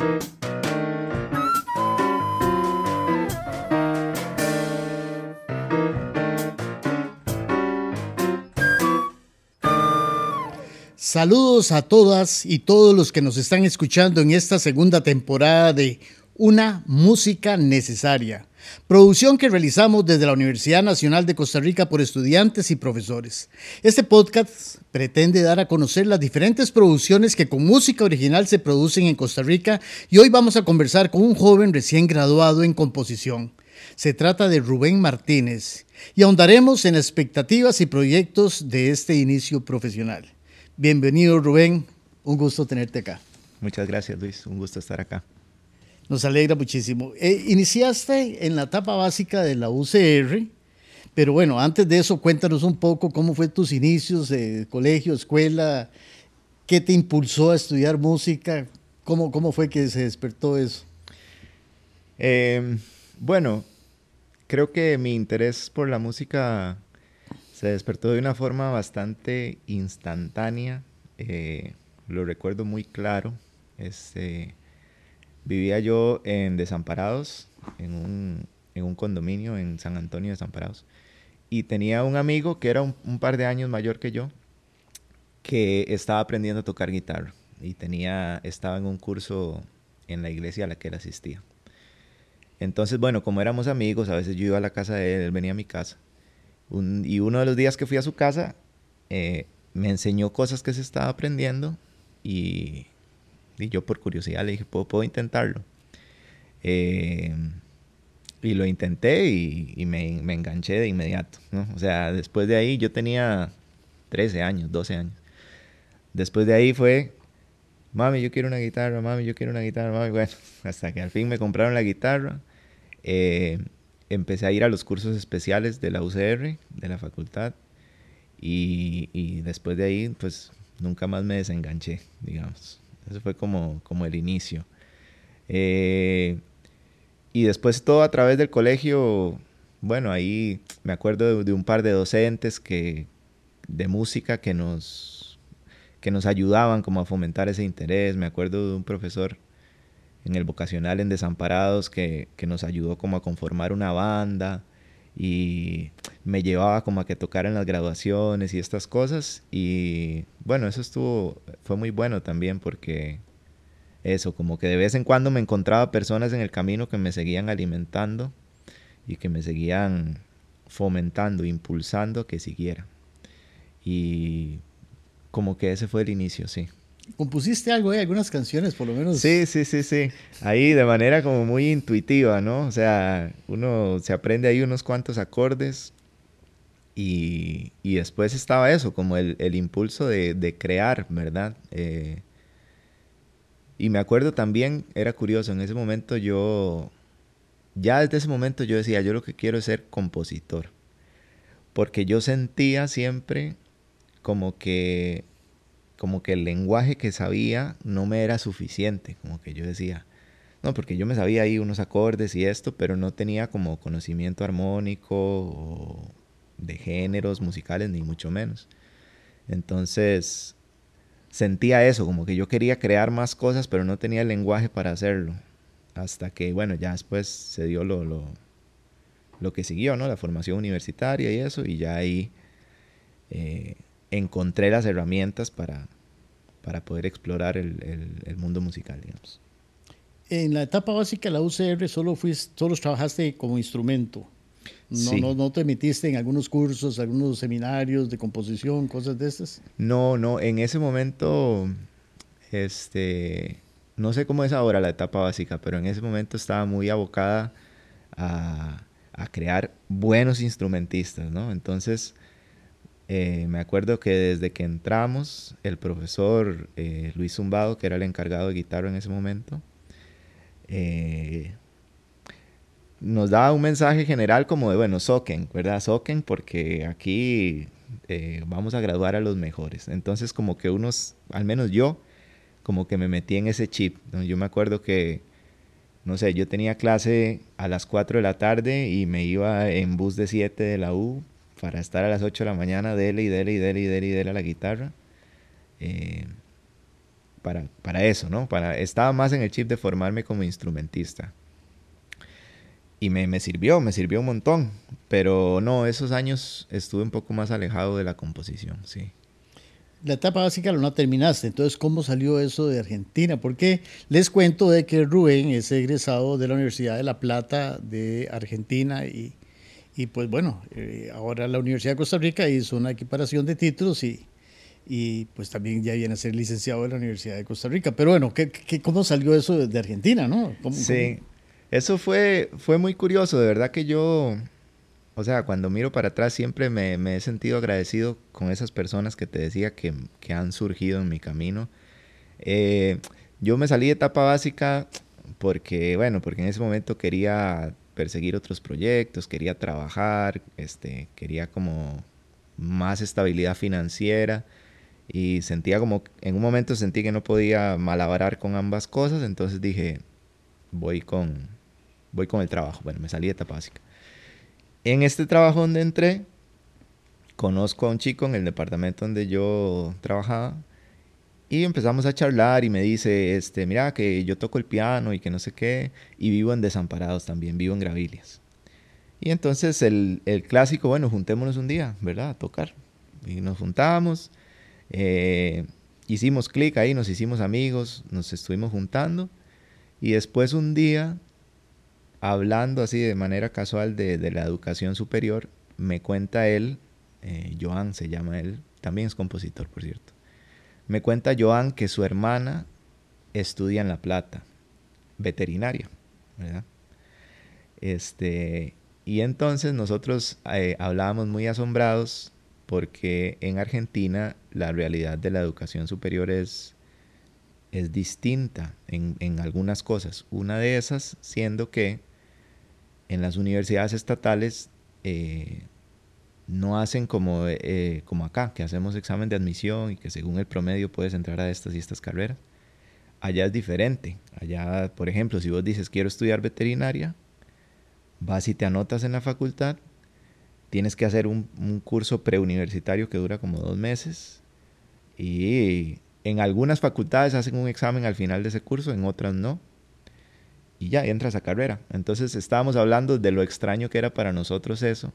Saludos a todas y todos los que nos están escuchando en esta segunda temporada de Una Música Necesaria, producción que realizamos desde la Universidad Nacional de Costa Rica por estudiantes y profesores. Este podcast pretende dar a conocer las diferentes producciones que con música original se producen en Costa Rica y hoy vamos a conversar con un joven recién graduado en composición. Se trata de Rubén Martínez y ahondaremos en expectativas y proyectos de este inicio profesional. Bienvenido, Rubén, un gusto tenerte acá. Muchas gracias, Luis, un gusto estar acá. Nos alegra muchísimo. Iniciaste en la etapa básica de la UCR, pero bueno, antes de eso cuéntanos un poco cómo fue tus inicios de colegio, escuela, qué te impulsó a estudiar música, cómo fue que se despertó eso. Bueno, creo que mi interés por la música se despertó de una forma bastante instantánea. Lo recuerdo muy claro. Vivía yo en Desamparados, en un condominio en San Antonio de Desamparados. Y tenía un amigo que era un par de años mayor que yo, que estaba aprendiendo a tocar guitarra. Y estaba en un curso en la iglesia a la que él asistía. Entonces, bueno, como éramos amigos, a veces yo iba a la casa de él venía a mi casa. Y uno de los días que fui a su casa, me enseñó cosas que se estaba aprendiendo y yo por curiosidad le dije, ¿puedo intentarlo? Y lo intenté y me enganché de inmediato, ¿no? O sea, después de ahí yo tenía 13 años, 12 años. Después de ahí fue, mami, yo quiero una guitarra, mami, yo quiero una guitarra, mami. Bueno, hasta que al fin me compraron la guitarra. Empecé a ir a los cursos especiales de la UCR, de la facultad, y después de ahí, pues, nunca más me desenganché, digamos. Eso fue como el inicio. Y después todo a través del colegio, bueno, ahí me acuerdo de un par de docentes de música que nos ayudaban como a fomentar ese interés. Me acuerdo de un profesor en el vocacional en Desamparados que nos ayudó como a conformar una banda y me llevaba como a que tocara en las graduaciones y estas cosas. Y bueno, fue muy bueno también porque eso, como que de vez en cuando me encontraba personas en el camino que me seguían alimentando y que me seguían fomentando, impulsando que siguiera. Y como que ese fue el inicio, sí. ¿Compusiste algo, algunas canciones por lo menos? Sí. Ahí de manera como muy intuitiva, ¿no? O sea, uno se aprende ahí unos cuantos acordes y después estaba eso, como el impulso de crear, ¿verdad? Y me acuerdo también, era curioso, en ese momento ya desde ese momento yo decía, yo lo que quiero es ser compositor. Porque yo sentía siempre como que el lenguaje que sabía no me era suficiente, como que yo decía, no, porque yo me sabía ahí unos acordes y esto, pero no tenía como conocimiento armónico o de géneros musicales, ni mucho menos. Entonces sentía eso, como que yo quería crear más cosas, pero no tenía el lenguaje para hacerlo. Hasta que, bueno, ya después se dio lo que siguió, ¿no? La formación universitaria y eso, y ya ahí encontré las herramientas para poder explorar el mundo musical, digamos. En la etapa básica de la UCR solo trabajaste como instrumento. Sí. No te metiste en algunos cursos, algunos seminarios de composición, cosas de estas. No, en ese momento, no sé cómo es ahora la etapa básica, pero en ese momento estaba muy abocada a crear buenos instrumentistas, ¿no? Entonces, me acuerdo que desde que entramos, el profesor Luis Zumbado, que era el encargado de guitarra en ese momento, nos daba un mensaje general como de, bueno, soquen, ¿verdad? Soquen porque aquí vamos a graduar a los mejores. Entonces como que al menos yo, como que me metí en ese chip, ¿no? Yo me acuerdo que, no sé, yo tenía clase a las 4 de la tarde y me iba en bus de 7 de la U para estar a las 8 de la mañana, dele a la guitarra. para eso, ¿no? Estaba más en el chip de formarme como instrumentista. Y me sirvió un montón. Pero no, esos años estuve un poco más alejado de la composición, sí. La etapa básica no terminaste, entonces ¿cómo salió eso de Argentina? Porque les cuento de que Rubén es egresado de la Universidad de La Plata de Argentina y pues bueno, ahora la Universidad de Costa Rica hizo una equiparación de títulos y pues también ya viene a ser licenciado de la Universidad de Costa Rica. Pero bueno, ¿cómo salió eso de Argentina, no? ¿Cómo? Sí, eso fue muy curioso, de verdad que yo, o sea, cuando miro para atrás siempre me he sentido agradecido con esas personas que te decía que han surgido en mi camino. Eh, yo me salí de etapa básica porque, bueno, porque en ese momento quería perseguir otros proyectos, quería trabajar, quería como más estabilidad financiera y sentía como, en un momento sentí que no podía malabarar con ambas cosas, entonces dije, voy con, voy con el trabajo. Bueno, me salí de etapa básica. En este trabajo donde entré, conozco a un chico en el departamento donde yo trabajaba y empezamos a charlar y me dice, mira que yo toco el piano y que no sé qué, y vivo en Desamparados también, vivo en Gravilias. Y entonces el clásico, bueno, juntémonos un día, ¿verdad? A tocar. Y nos juntamos, hicimos clic ahí, nos hicimos amigos, nos estuvimos juntando. Y después un día, hablando así de manera casual de la educación superior, me cuenta él, Joan se llama él, también es compositor, por cierto. Me cuenta Joan que su hermana estudia en La Plata, veterinaria, ¿verdad? Y entonces nosotros hablábamos muy asombrados porque en Argentina la realidad de la educación superior es distinta en algunas cosas. Una de esas siendo que en las universidades estatales no hacen como acá, que hacemos examen de admisión y que según el promedio puedes entrar a estas y estas carreras. Allá es diferente. Allá, por ejemplo, si vos dices quiero estudiar veterinaria, vas y te anotas en la facultad, tienes que hacer un curso preuniversitario que dura como 2 meses y en algunas facultades hacen un examen al final de ese curso, en otras no. Y ya entras a carrera. Entonces estábamos hablando de lo extraño que era para nosotros eso.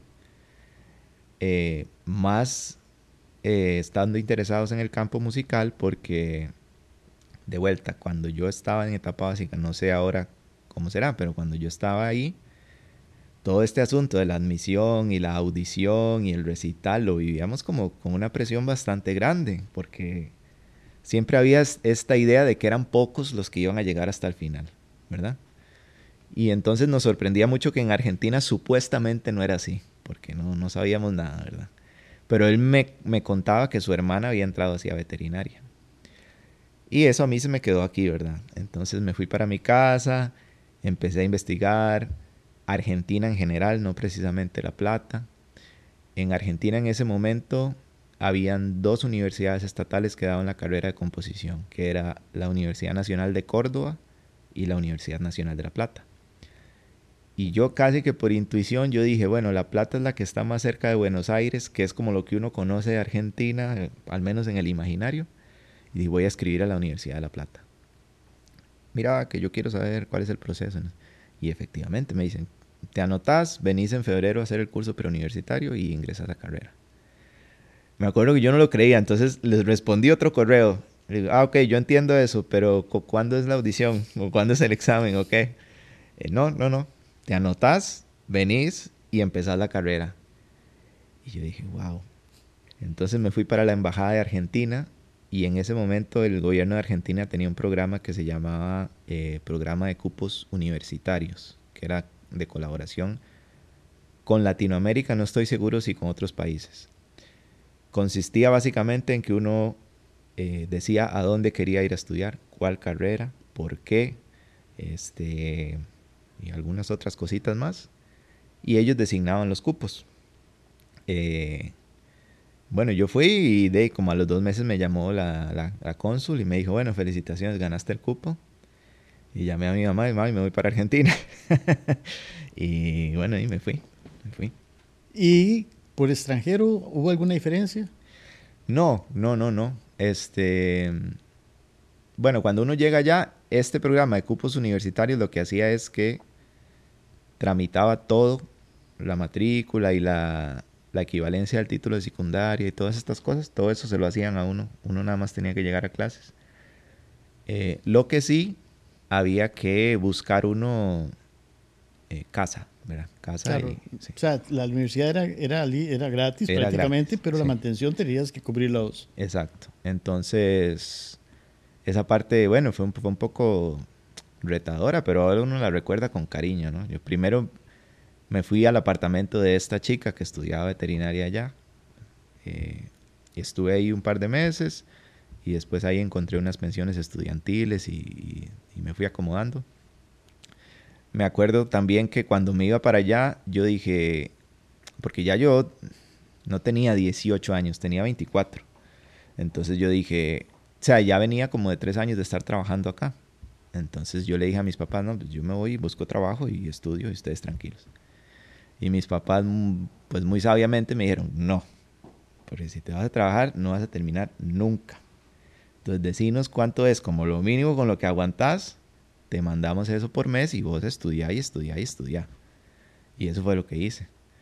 Más estando interesados en el campo musical porque de vuelta, cuando yo estaba en etapa básica, no sé ahora cómo será, pero cuando yo estaba ahí, todo este asunto de la admisión y la audición y el recital lo vivíamos como con una presión bastante grande, porque siempre había esta idea de que eran pocos los que iban a llegar hasta el final, ¿verdad? Y entonces nos sorprendía mucho que en Argentina supuestamente no era así, porque no sabíamos nada, ¿verdad? Pero él me contaba que su hermana había entrado hacia veterinaria. Y eso a mí se me quedó aquí, ¿verdad? Entonces me fui para mi casa, empecé a investigar Argentina en general, no precisamente La Plata. En Argentina en ese momento habían 2 universidades estatales que daban la carrera de composición, que era la Universidad Nacional de Córdoba y la Universidad Nacional de La Plata. Y yo casi que por intuición yo dije, bueno, La Plata es la que está más cerca de Buenos Aires, que es como lo que uno conoce de Argentina, al menos en el imaginario. Y dije, voy a escribir a la Universidad de La Plata. Mira, que yo quiero saber cuál es el proceso. Y efectivamente me dicen, te anotás, venís en febrero a hacer el curso preuniversitario y ingresas a carrera. Me acuerdo que yo no lo creía, entonces les respondí otro correo. Le digo, ok, yo entiendo eso, pero ¿cuándo es la audición? ¿O cuándo es el examen? ¿O qué? No. Te anotás, venís y empezás la carrera. Y yo dije, wow. Entonces me fui para la Embajada de Argentina y en ese momento el gobierno de Argentina tenía un programa que se llamaba Programa de Cupos Universitarios, que era de colaboración con Latinoamérica, no estoy seguro si con otros países. Consistía básicamente en que uno decía a dónde quería ir a estudiar, cuál carrera, por qué, y algunas otras cositas más. Y ellos designaban los cupos. Bueno, yo fui y como a los 2 meses me llamó la cónsul y me dijo, bueno, felicitaciones, ganaste el cupo. Y llamé a mi mamá y mami, me voy para Argentina. Y bueno, y me fui. ¿Y por extranjero hubo alguna diferencia? No. bueno, cuando uno llega allá, este programa de cupos universitarios lo que hacía es que tramitaba todo, la matrícula y la equivalencia del título de secundaria y todas estas cosas, todo eso se lo hacían a uno. Uno nada más tenía que llegar a clases. Lo que sí, había que buscar uno casa, ¿verdad? Casa Claro, y, sí, o sea, la universidad era gratis era prácticamente, gratis, pero la sí, mantención tenías que cubrirla vos. exacto. Entonces, esa parte, bueno, fue un poco retadora, pero ahora uno la recuerda con cariño, ¿no? Yo primero me fui al apartamento de esta chica que estudiaba veterinaria allá. Y estuve ahí un par de meses y después ahí encontré unas pensiones estudiantiles y me fui acomodando. Me acuerdo también que cuando me iba para allá, yo dije, porque ya yo no tenía 18 años, tenía 24. Entonces yo dije, o sea, ya venía como de 3 años de estar trabajando acá. Entonces yo le dije a mis papás, no, pues yo me voy, busco trabajo y estudio y ustedes tranquilos. Y mis papás, pues muy sabiamente me dijeron, no, porque si te vas a trabajar no vas a terminar nunca. Entonces decinos cuánto es, como lo mínimo con lo que aguantás, te mandamos eso por mes y vos estudiá y estudiá y estudiá. Y eso fue lo que hice.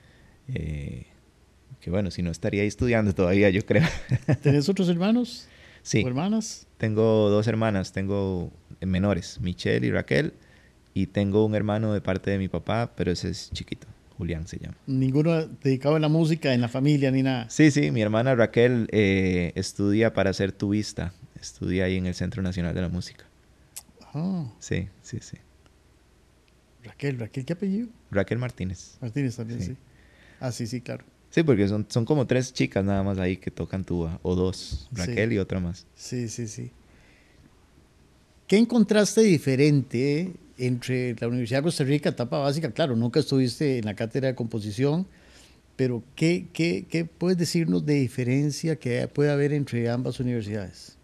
Que bueno, si no estaría ahí estudiando todavía, yo creo. ¿Tenés otros hermanos o Sí, hermanas? tengo 2 hermanas, tengo menores, Michelle y Raquel, y tengo un hermano de parte de mi papá, pero ese es chiquito, Julián se llama. Ninguno dedicado a la música, en la familia, ni nada. Sí, sí, mi hermana Raquel estudia para ser tubista, estudia ahí en el Centro Nacional de la Música. Ah, Sí, sí, sí. Raquel, ¿qué apellido? Raquel Martínez. Martínez también, Sí. sí. Ah, sí, sí, claro. Sí, porque son como 3 chicas nada más ahí que tocan tuba, o 2, Sí, Raquel y otra más. sí, sí, sí. ¿Qué encontraste diferente entre la Universidad de Costa Rica, etapa básica? Claro, nunca estuviste en la cátedra de composición, pero ¿qué puedes decirnos de diferencia que puede haber entre ambas universidades?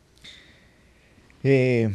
Eh,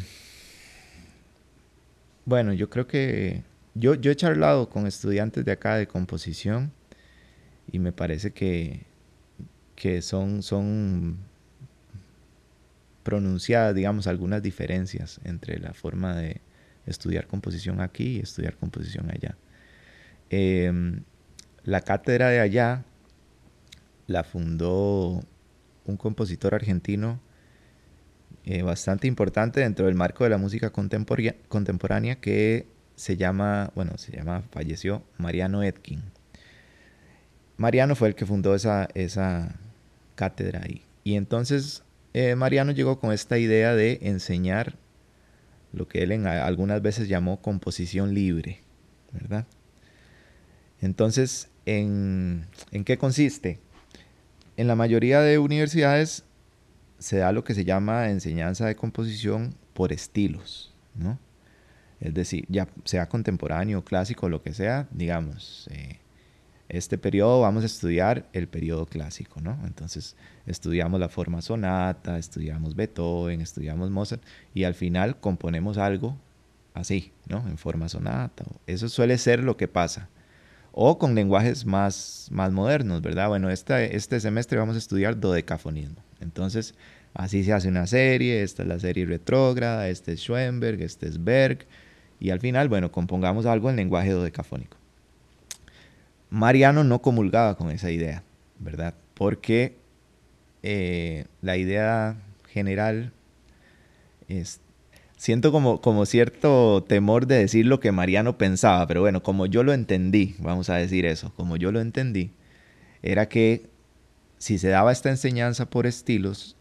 bueno, yo creo que yo he charlado con estudiantes de acá de composición y me parece que son pronunciadas, digamos, algunas diferencias entre la forma de estudiar composición aquí y estudiar composición allá. Eh, la cátedra de allá la fundó un compositor argentino bastante importante dentro del marco de la música contemporánea que falleció Mariano Etkin. Mariano fue el que fundó esa cátedra ahí. Y entonces Mariano llegó con esta idea de enseñar lo que él algunas veces llamó composición libre, ¿verdad? Entonces, ¿en qué consiste? En la mayoría de universidades se da lo que se llama enseñanza de composición por estilos, ¿no? Es decir, ya sea contemporáneo, clásico, lo que sea, digamos, este periodo vamos a estudiar el periodo clásico, ¿no? Entonces estudiamos la forma sonata, estudiamos Beethoven, estudiamos Mozart y al final componemos algo así, ¿no? En forma sonata. Eso suele ser lo que pasa. O con lenguajes más modernos, ¿verdad? Bueno, este semestre vamos a estudiar dodecafonismo. Entonces, así se hace una serie. Esta es la serie retrógrada, este es Schoenberg, este es Berg. Y al final, bueno, compongamos algo en lenguaje dodecafónico. Mariano no comulgaba con esa idea, ¿verdad? Porque la idea general es... Siento como cierto temor de decir lo que Mariano pensaba, pero bueno, como yo lo entendí, vamos a decir eso, como yo lo entendí, era que si se daba esta enseñanza por estilos,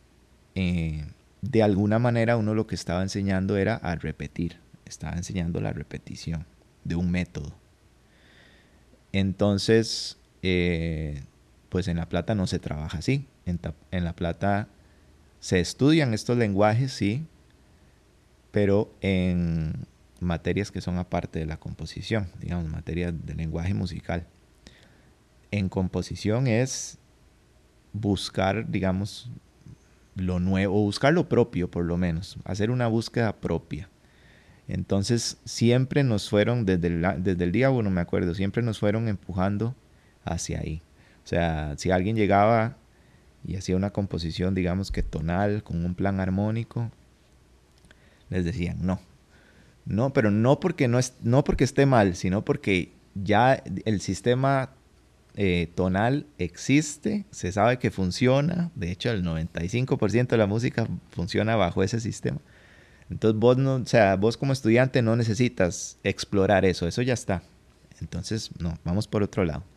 de alguna manera uno lo que estaba enseñando era a repetir, estaba enseñando la repetición de un método. Entonces, pues en La Plata no se trabaja así. En La Plata se estudian estos lenguajes, sí, pero en materias que son aparte de la composición, digamos, materias de lenguaje musical. En composición es buscar, digamos, lo nuevo, o buscar lo propio por lo menos, hacer una búsqueda propia. Entonces siempre nos fueron, desde el día uno me acuerdo, siempre nos fueron empujando hacia ahí. O sea, si alguien llegaba y hacía una composición, digamos que tonal, con un plan armónico, les decían no. No, pero no porque, no porque esté mal, sino porque ya el sistema tonal existe, se sabe que funciona. De hecho, el 95% de la música funciona bajo ese sistema. Entonces vos no, o sea, vos como estudiante no necesitas explorar eso ya está. Entonces, no, vamos por otro lado.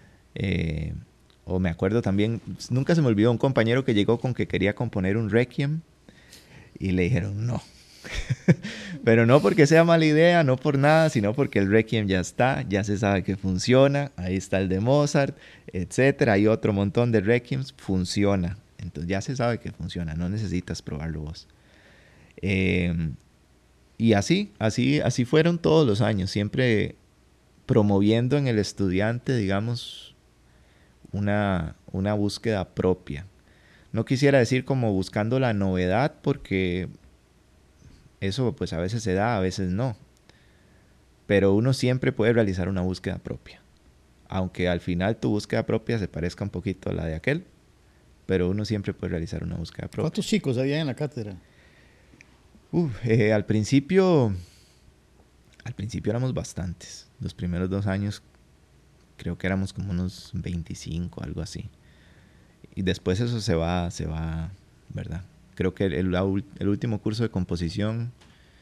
O me acuerdo también, nunca se me olvidó un compañero que llegó con que quería componer un requiem y le dijeron no. Pero no porque sea mala idea, no por nada, sino porque el requiem ya está, ya se sabe que funciona, ahí está el de Mozart, etcétera, hay otro montón de requiems, funciona. Entonces ya se sabe que funciona, no necesitas probarlo vos. Y así fueron todos los años, siempre promoviendo en el estudiante, digamos, una búsqueda propia. No quisiera decir como buscando la novedad, porque eso pues a veces se da, a veces no. Pero uno siempre puede realizar una búsqueda propia. Aunque al final tu búsqueda propia se parezca un poquito a la de aquel, pero uno siempre puede realizar una búsqueda propia. ¿Cuántos chicos había en la cátedra? Al principio éramos bastantes. Los primeros 2 años creo que éramos como unos 25, algo así. Y después eso se va, ¿verdad? Creo que el último curso de composición,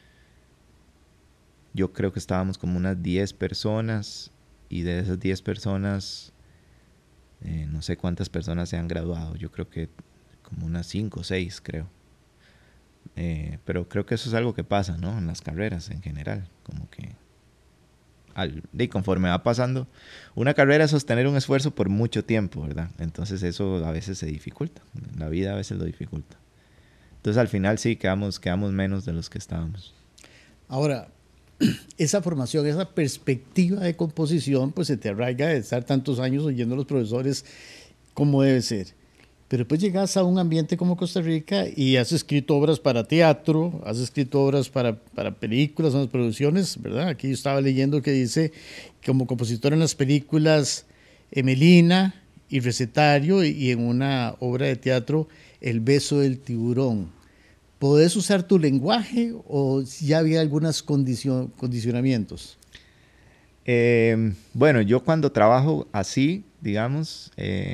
yo creo que estábamos como unas 10 personas, y de esas 10 personas, no sé cuántas personas se han graduado. Yo creo que como unas 5 o 6, creo. Pero creo que eso es algo que pasa, ¿no? En las carreras en general, como que conforme va pasando una carrera, sostener un esfuerzo por mucho tiempo, ¿verdad? Entonces eso a veces se dificulta, la vida a veces lo dificulta. Entonces al final sí quedamos menos de los que estábamos. Ahora, esa formación, esa perspectiva de composición, pues se te arraiga de estar tantos años oyendo a los profesores como debe ser. Pero después llegas a un ambiente como Costa Rica y has escrito obras para teatro, has escrito obras para películas, unas producciones, ¿verdad? Aquí yo estaba leyendo que dice, como compositor en las películas Emelina y Recetario, y en una obra de teatro El beso del tiburón. ¿Podés usar tu lenguaje o ya había algunos condicionamientos? Bueno, yo cuando trabajo así, digamos,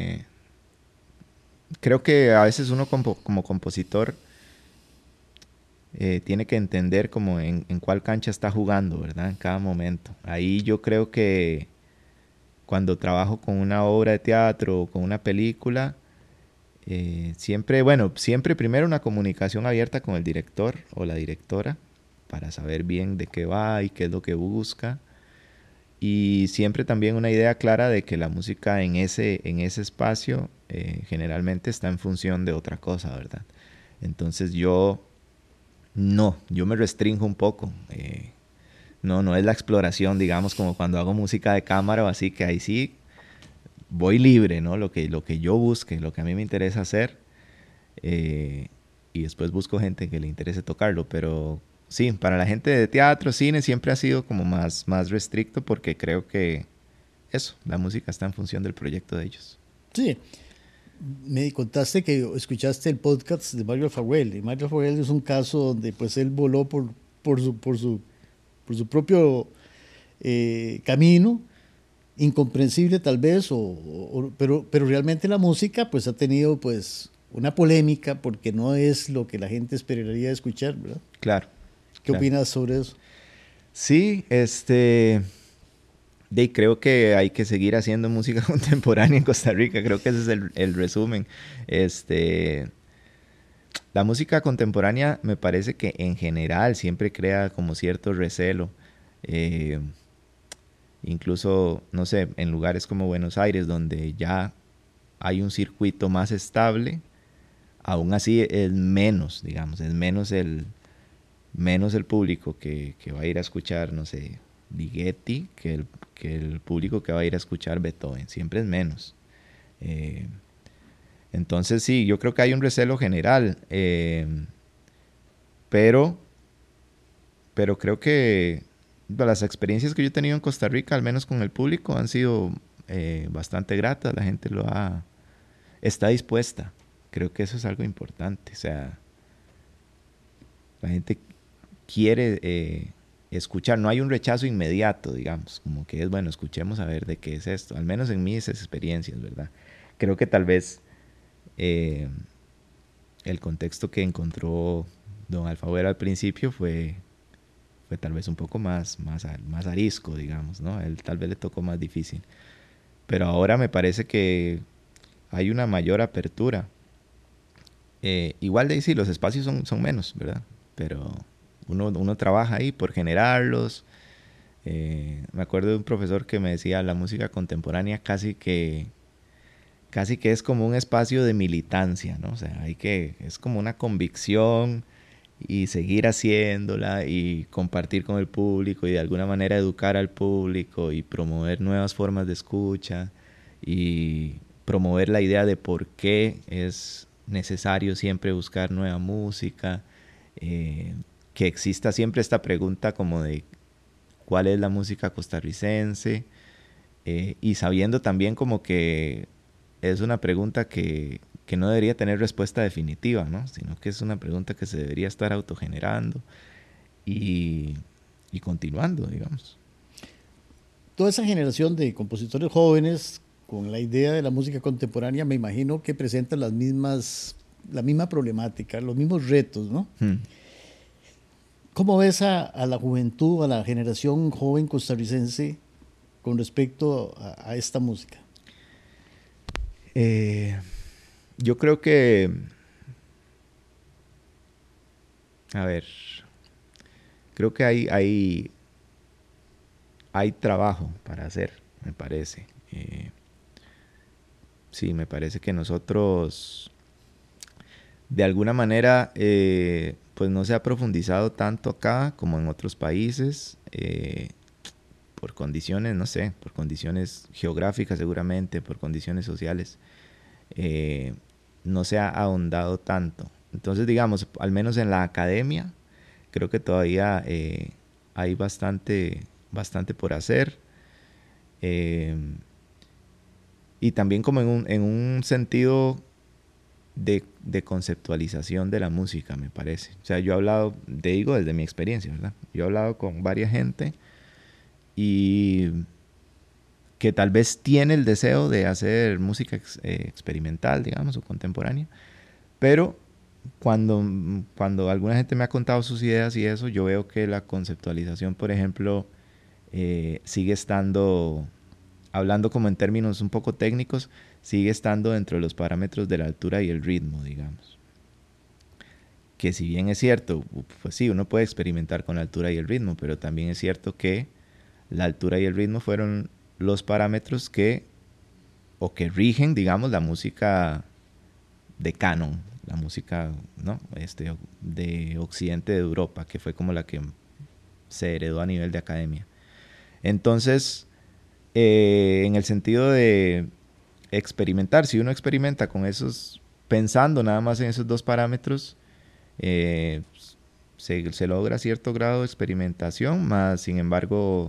creo que a veces uno como compositor tiene que entender como en cuál cancha está jugando, ¿verdad? En cada momento. Ahí yo creo que cuando trabajo con una obra de teatro o con una película, siempre primero una comunicación abierta con el director o la directora para saber bien de qué va y qué es lo que busca. Y siempre también una idea clara de que la música en ese espacio generalmente está en función de otra cosa, ¿verdad? Entonces yo me restringo un poco. No es la exploración, digamos, como cuando hago música de cámara o así, que ahí sí voy libre, ¿no? Lo que yo busque, lo que a mí me interesa hacer. Y después busco gente que le interese tocarlo, pero sí, para la gente de teatro, cine, siempre ha sido como más restricto, porque creo que eso, la música está en función del proyecto de ellos. Sí, me contaste que escuchaste el podcast de Mario Alfaguel, y Mario Alfaguel es un caso donde pues él voló por su propio camino, incomprensible tal vez, pero realmente la música pues ha tenido pues una polémica porque no es lo que la gente esperaría escuchar, ¿verdad? Claro. ¿Qué opinas sobre eso? Sí, creo que hay que seguir haciendo música contemporánea en Costa Rica. Creo que ese es el resumen. La música contemporánea me parece que en general siempre crea como cierto recelo. Incluso, no sé, en lugares como Buenos Aires, donde ya hay un circuito más estable, aún así es menos, digamos, es menos el público que va a ir a escuchar, no sé, Ligeti, que el público que va a ir a escuchar Beethoven. Siempre es menos. Entonces sí, yo creo que hay un recelo general, pero creo que las experiencias que yo he tenido en Costa Rica, al menos con el público, han sido bastante gratas. La gente está dispuesta. Creo que eso es algo importante. O sea, la gente quiere escuchar. No hay un rechazo inmediato, digamos, como que es, bueno, escuchemos a ver de qué es esto. Al menos en mis experiencias, ¿verdad? Creo que tal vez el contexto que encontró don Alfaguera al principio fue tal vez un poco más arisco, digamos, ¿no? Él tal vez le tocó más difícil. Pero ahora me parece que hay una mayor apertura. Igual de sí, los espacios son menos, ¿verdad? Pero uno trabaja ahí por generarlos. Me acuerdo de un profesor que me decía, la música contemporánea casi que es como un espacio de militancia, ¿no? O sea, es como una convicción y seguir haciéndola y compartir con el público y de alguna manera educar al público y promover nuevas formas de escucha y promover la idea de por qué es necesario siempre buscar nueva música, que exista siempre esta pregunta como de cuál es la música costarricense, y sabiendo también como que es una pregunta que no debería tener respuesta definitiva, ¿no? Sino que es una pregunta que se debería estar autogenerando y continuando, digamos. Toda esa generación de compositores jóvenes con la idea de la música contemporánea, me imagino que presentan la misma problemática, los mismos retos, ¿no? ¿Cómo ves a la juventud, a la generación joven costarricense con respecto a esta música? Yo creo que, a ver, creo que hay trabajo para hacer, me parece. Sí, me parece que nosotros, de alguna manera, pues no se ha profundizado tanto acá como en otros países, por condiciones, no sé, por condiciones geográficas seguramente, por condiciones sociales. No se ha ahondado tanto. Entonces, digamos, al menos en la academia, creo que todavía hay bastante por hacer. Y también como en un sentido de conceptualización de la música, me parece. O sea, yo he hablado, te digo desde mi experiencia, ¿verdad? Yo he hablado con varias gente y que tal vez tiene el deseo de hacer música experimental, digamos, o contemporánea, pero cuando alguna gente me ha contado sus ideas y eso, yo veo que la conceptualización, por ejemplo, sigue estando, hablando como en términos un poco técnicos, sigue estando dentro de los parámetros de la altura y el ritmo, digamos. Que si bien es cierto, pues sí, uno puede experimentar con la altura y el ritmo, pero también es cierto que la altura y el ritmo fueron los parámetros que rigen, digamos, la música de canon, la música, ¿no? De Occidente de Europa, que fue como la que se heredó a nivel de academia. Entonces, en el sentido de experimentar, si uno experimenta con esos, pensando nada más en esos dos parámetros, se logra cierto grado de experimentación, más sin embargo,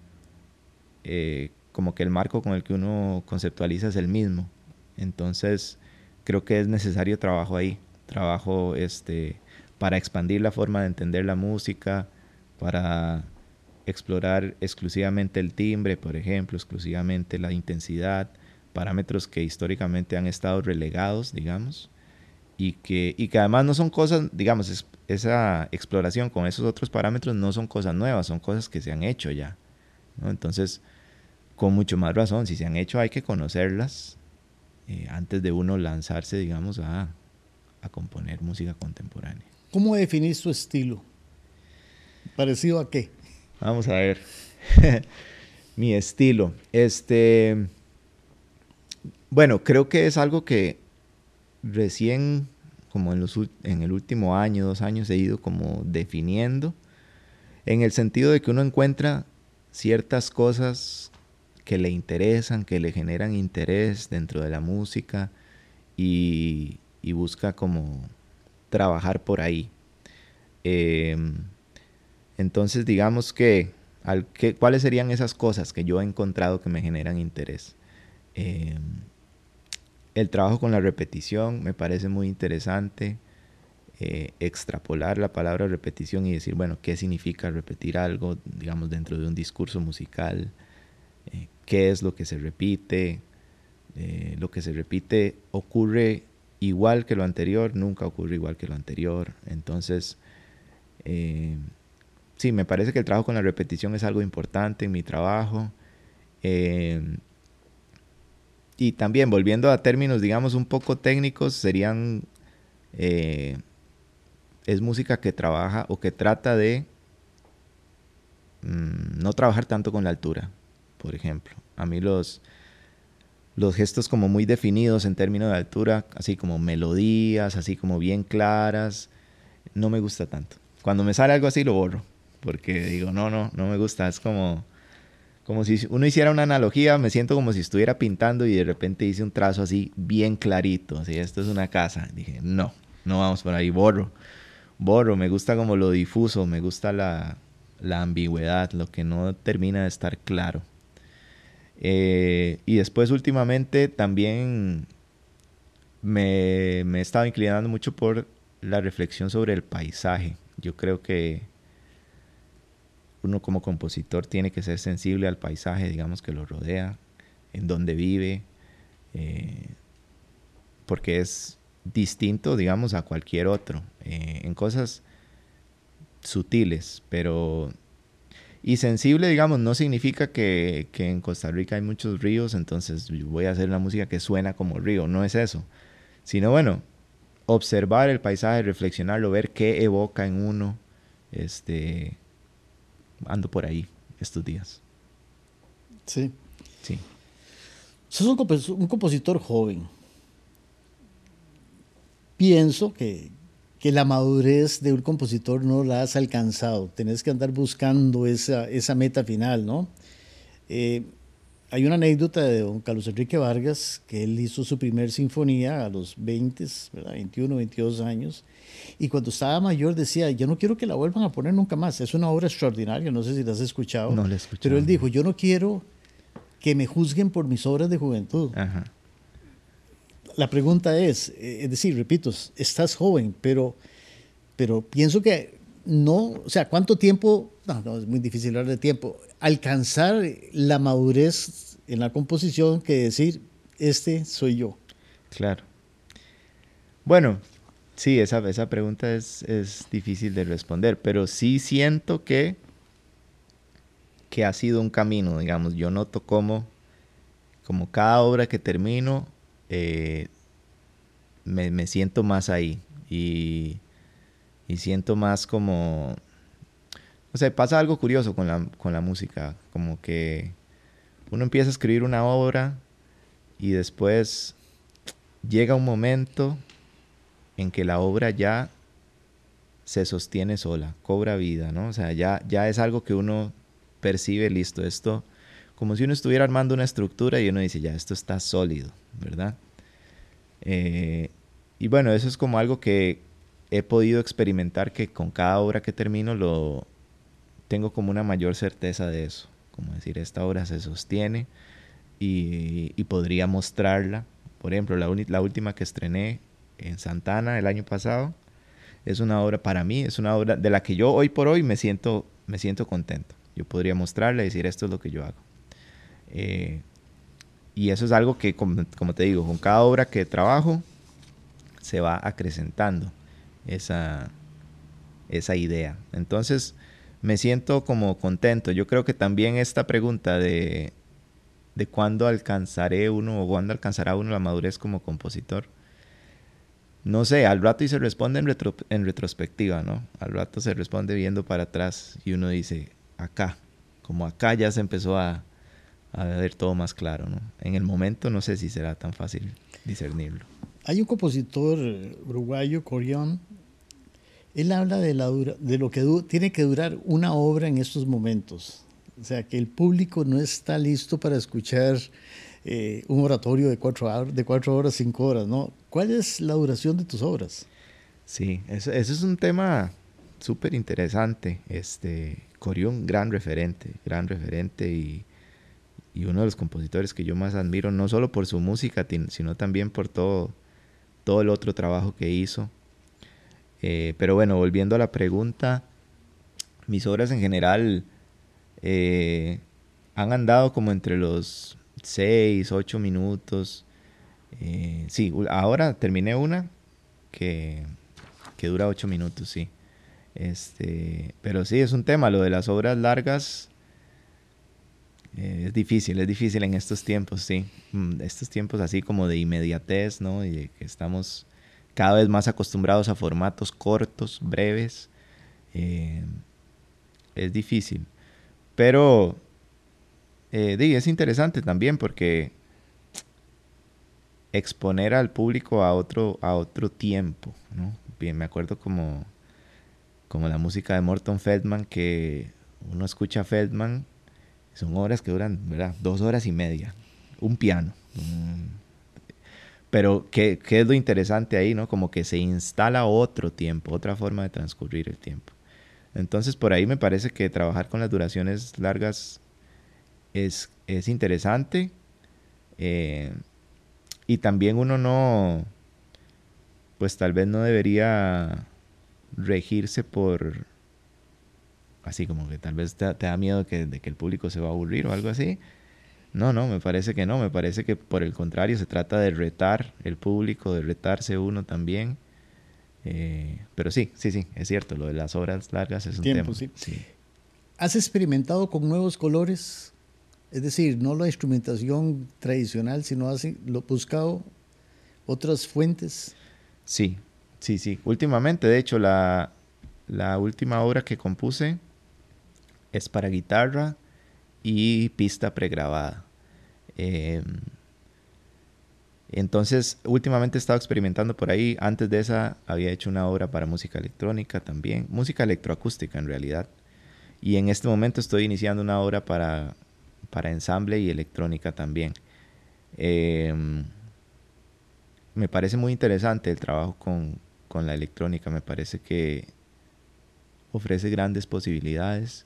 como que el marco con el que uno conceptualiza es el mismo. Entonces, creo que es necesario trabajo ahí, trabajo para expandir la forma de entender la música, para explorar exclusivamente el timbre, por ejemplo, exclusivamente la intensidad, parámetros que históricamente han estado relegados, digamos, y que además no son cosas, digamos, esa exploración con esos otros parámetros no son cosas nuevas, son cosas que se han hecho ya, ¿no? Entonces, con mucho más razón, si se han hecho hay que conocerlas antes de uno lanzarse, digamos, a componer música contemporánea. ¿Cómo definís su estilo? ¿Parecido a qué? Vamos a ver. Mi estilo. Bueno, creo que es algo que recién, como en el último año, 2 años, he ido como definiendo, en el sentido de que uno encuentra ciertas cosas que le interesan, que le generan interés dentro de la música y busca como trabajar por ahí. Entonces, digamos que, ¿cuáles serían esas cosas que yo he encontrado que me generan interés? El trabajo con la repetición me parece muy interesante. extrapolar la palabra repetición y decir, bueno, ¿qué significa repetir algo, digamos, dentro de un discurso musical? ¿Qué es lo que se repite? Lo que se repite ocurre igual que lo anterior, nunca ocurre igual que lo anterior. Entonces, sí, me parece que el trabajo con la repetición es algo importante en mi trabajo. Y también, volviendo a términos, digamos, un poco técnicos, serían... es música que trabaja o que trata de no trabajar tanto con la altura, por ejemplo. A mí los gestos como muy definidos en términos de altura, así como melodías, así como bien claras, no me gusta tanto. Cuando me sale algo así lo borro, porque digo, no me gusta. Es como si uno hiciera una analogía, me siento como si estuviera pintando y de repente hice un trazo así bien clarito, así, esto es una casa. Dije, no vamos por ahí, borro, me gusta como lo difuso, me gusta la ambigüedad, lo que no termina de estar claro. Y después últimamente también me he estado inclinando mucho por la reflexión sobre el paisaje. Yo creo que uno como compositor tiene que ser sensible al paisaje, digamos, que lo rodea, en donde vive, porque es distinto, digamos, a cualquier otro, en cosas sutiles, pero... Y sensible, digamos, no significa que en Costa Rica hay muchos ríos, entonces voy a hacer una música que suena como río, no es eso. Sino, bueno, observar el paisaje, reflexionarlo, ver qué evoca en uno. Ando por ahí estos días. Sí. Sí. Sos un compositor joven. Pienso que la madurez de un compositor no la has alcanzado. Tenés que andar buscando esa meta final, ¿no? Hay una anécdota de don Carlos Enrique Vargas, que él hizo su primer sinfonía a los 20, ¿verdad? 21, 22 años, y cuando estaba mayor decía, yo no quiero que la vuelvan a poner nunca más, es una obra extraordinaria, no sé si la has escuchado, No la he escuchado. pero él dijo, yo no quiero que me juzguen por mis obras de juventud. Ajá. La pregunta es decir, repito, estás joven, pero pienso que no, o sea, ¿cuánto tiempo? No, es muy difícil hablar de tiempo. Alcanzar la madurez en la composición que decir, este soy yo. Claro. Bueno, sí, esa pregunta es difícil de responder, pero sí siento que ha sido un camino, digamos. Yo noto como cada obra que termino, me siento más ahí y siento más como... O sea, pasa algo curioso con la música, como que uno empieza a escribir una obra y después llega un momento en que la obra ya se sostiene sola, cobra vida, ¿no? O sea, ya es algo que uno percibe, listo, esto, como si uno estuviera armando una estructura y uno dice, ya, esto está sólido, ¿verdad? Y bueno, eso es como algo que he podido experimentar, que con cada obra que termino tengo como una mayor certeza de eso, como decir, esta obra se sostiene y podría mostrarla. Por ejemplo, la última que estrené en Santana el año pasado, es una obra, para mí, es una obra de la que yo hoy por hoy me siento contento. Yo podría mostrarla y decir, esto es lo que yo hago. Y eso es algo que, como te digo, con cada obra que trabajo, se va acrecentando esa idea. Entonces, me siento como contento. Yo creo que también esta pregunta de cuándo alcanzaré uno o cuándo alcanzará uno la madurez como compositor, no sé, al rato y se responde en retrospectiva, ¿no? Al rato se responde viendo para atrás y uno dice, acá ya se empezó a ver todo más claro, ¿no? En el momento no sé si será tan fácil discernirlo. Hay un compositor uruguayo, Corión, él habla de lo que tiene que durar una obra en estos momentos. O sea, que el público no está listo para escuchar un oratorio de 4 horas, 5 horas, ¿no? ¿Cuál es la duración de tus obras? Sí, eso es un tema súper interesante. Corión, gran referente y uno de los compositores que yo más admiro, no solo por su música, sino también por todo el otro trabajo que hizo. Pero bueno, volviendo a la pregunta, mis obras en general han andado como entre los 6, 8 minutos. Sí, ahora terminé una que, que dura 8 minutos, sí. Pero sí, es un tema, lo de las obras largas es difícil en estos tiempos, sí. Estos tiempos así como de inmediatez, ¿no? Y de que estamos cada vez más acostumbrados a formatos cortos, breves. eh, es difícil. Pero es interesante también porque exponer al público a otro tiempo, ¿no? Bien, me acuerdo como la música de Morton Feldman, que uno escucha a Feldman, son obras que duran, ¿verdad? 2 horas y media, un piano. Pero ¿qué es lo interesante ahí, no? Como que se instala otro tiempo, otra forma de transcurrir el tiempo. Entonces, por ahí me parece que trabajar con las duraciones largas es interesante. eh, y también uno no, pues tal vez no debería regirse por, así como que tal vez te da miedo de que el público se va a aburrir o algo así. No, no, me parece que no, me parece que por el contrario se trata de retar el público, de retarse uno también. Pero sí, es cierto, lo de las obras largas es un Tiempo, tema. sí. Sí. ¿Has experimentado con nuevos colores? Es decir, no la instrumentación tradicional, sino lo buscado otras fuentes. Sí, sí. Últimamente, de hecho, la última obra que compuse es para guitarra y pista pregrabada. Eh, entonces, últimamente he estado experimentando por ahí. Antes de esa había hecho una obra para música electrónica también, música electroacústica en realidad. Y en este momento estoy iniciando una obra para ensamble y electrónica también. Eh, Me parece muy interesante el trabajo con la electrónica. Me parece que ofrece grandes posibilidades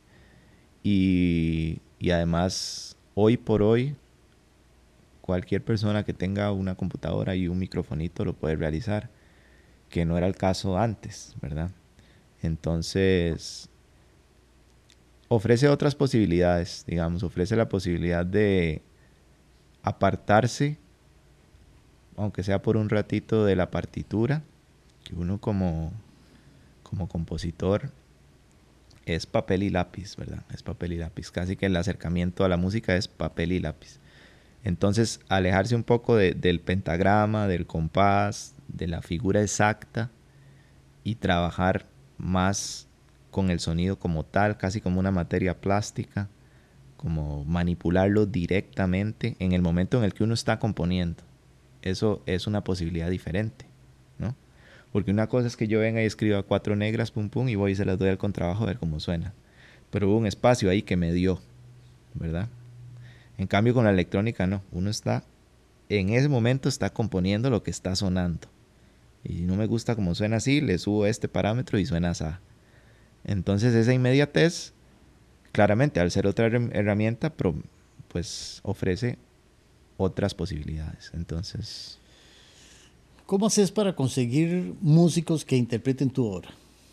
y además hoy por hoy cualquier persona que tenga una computadora y un microfonito lo puede realizar, que no era el caso antes, ¿verdad? Entonces ofrece otras posibilidades, digamos, ofrece la posibilidad de apartarse, aunque sea por un ratito, de la partitura, que uno como compositor es papel y lápiz, ¿verdad? Es papel y lápiz. Casi que el acercamiento a la música es papel y lápiz. Entonces, alejarse un poco del pentagrama, del compás, de la figura exacta y trabajar más con el sonido como tal, casi como una materia plástica, como manipularlo directamente en el momento en el que uno está componiendo. Eso es una posibilidad diferente, ¿no? Porque una cosa es que yo venga y escriba 4 negras, pum pum, y voy y se las doy al contrabajo a ver cómo suena. Pero hubo un espacio ahí que me dio, ¿verdad? En cambio con la electrónica no, uno está, en ese momento está componiendo lo que está sonando. Y si no me gusta cómo suena así, le subo este parámetro y suena así. Entonces esa inmediatez, claramente al ser otra herramienta, pues ofrece otras posibilidades. Entonces, ¿Cómo haces para conseguir músicos que interpreten tu obra?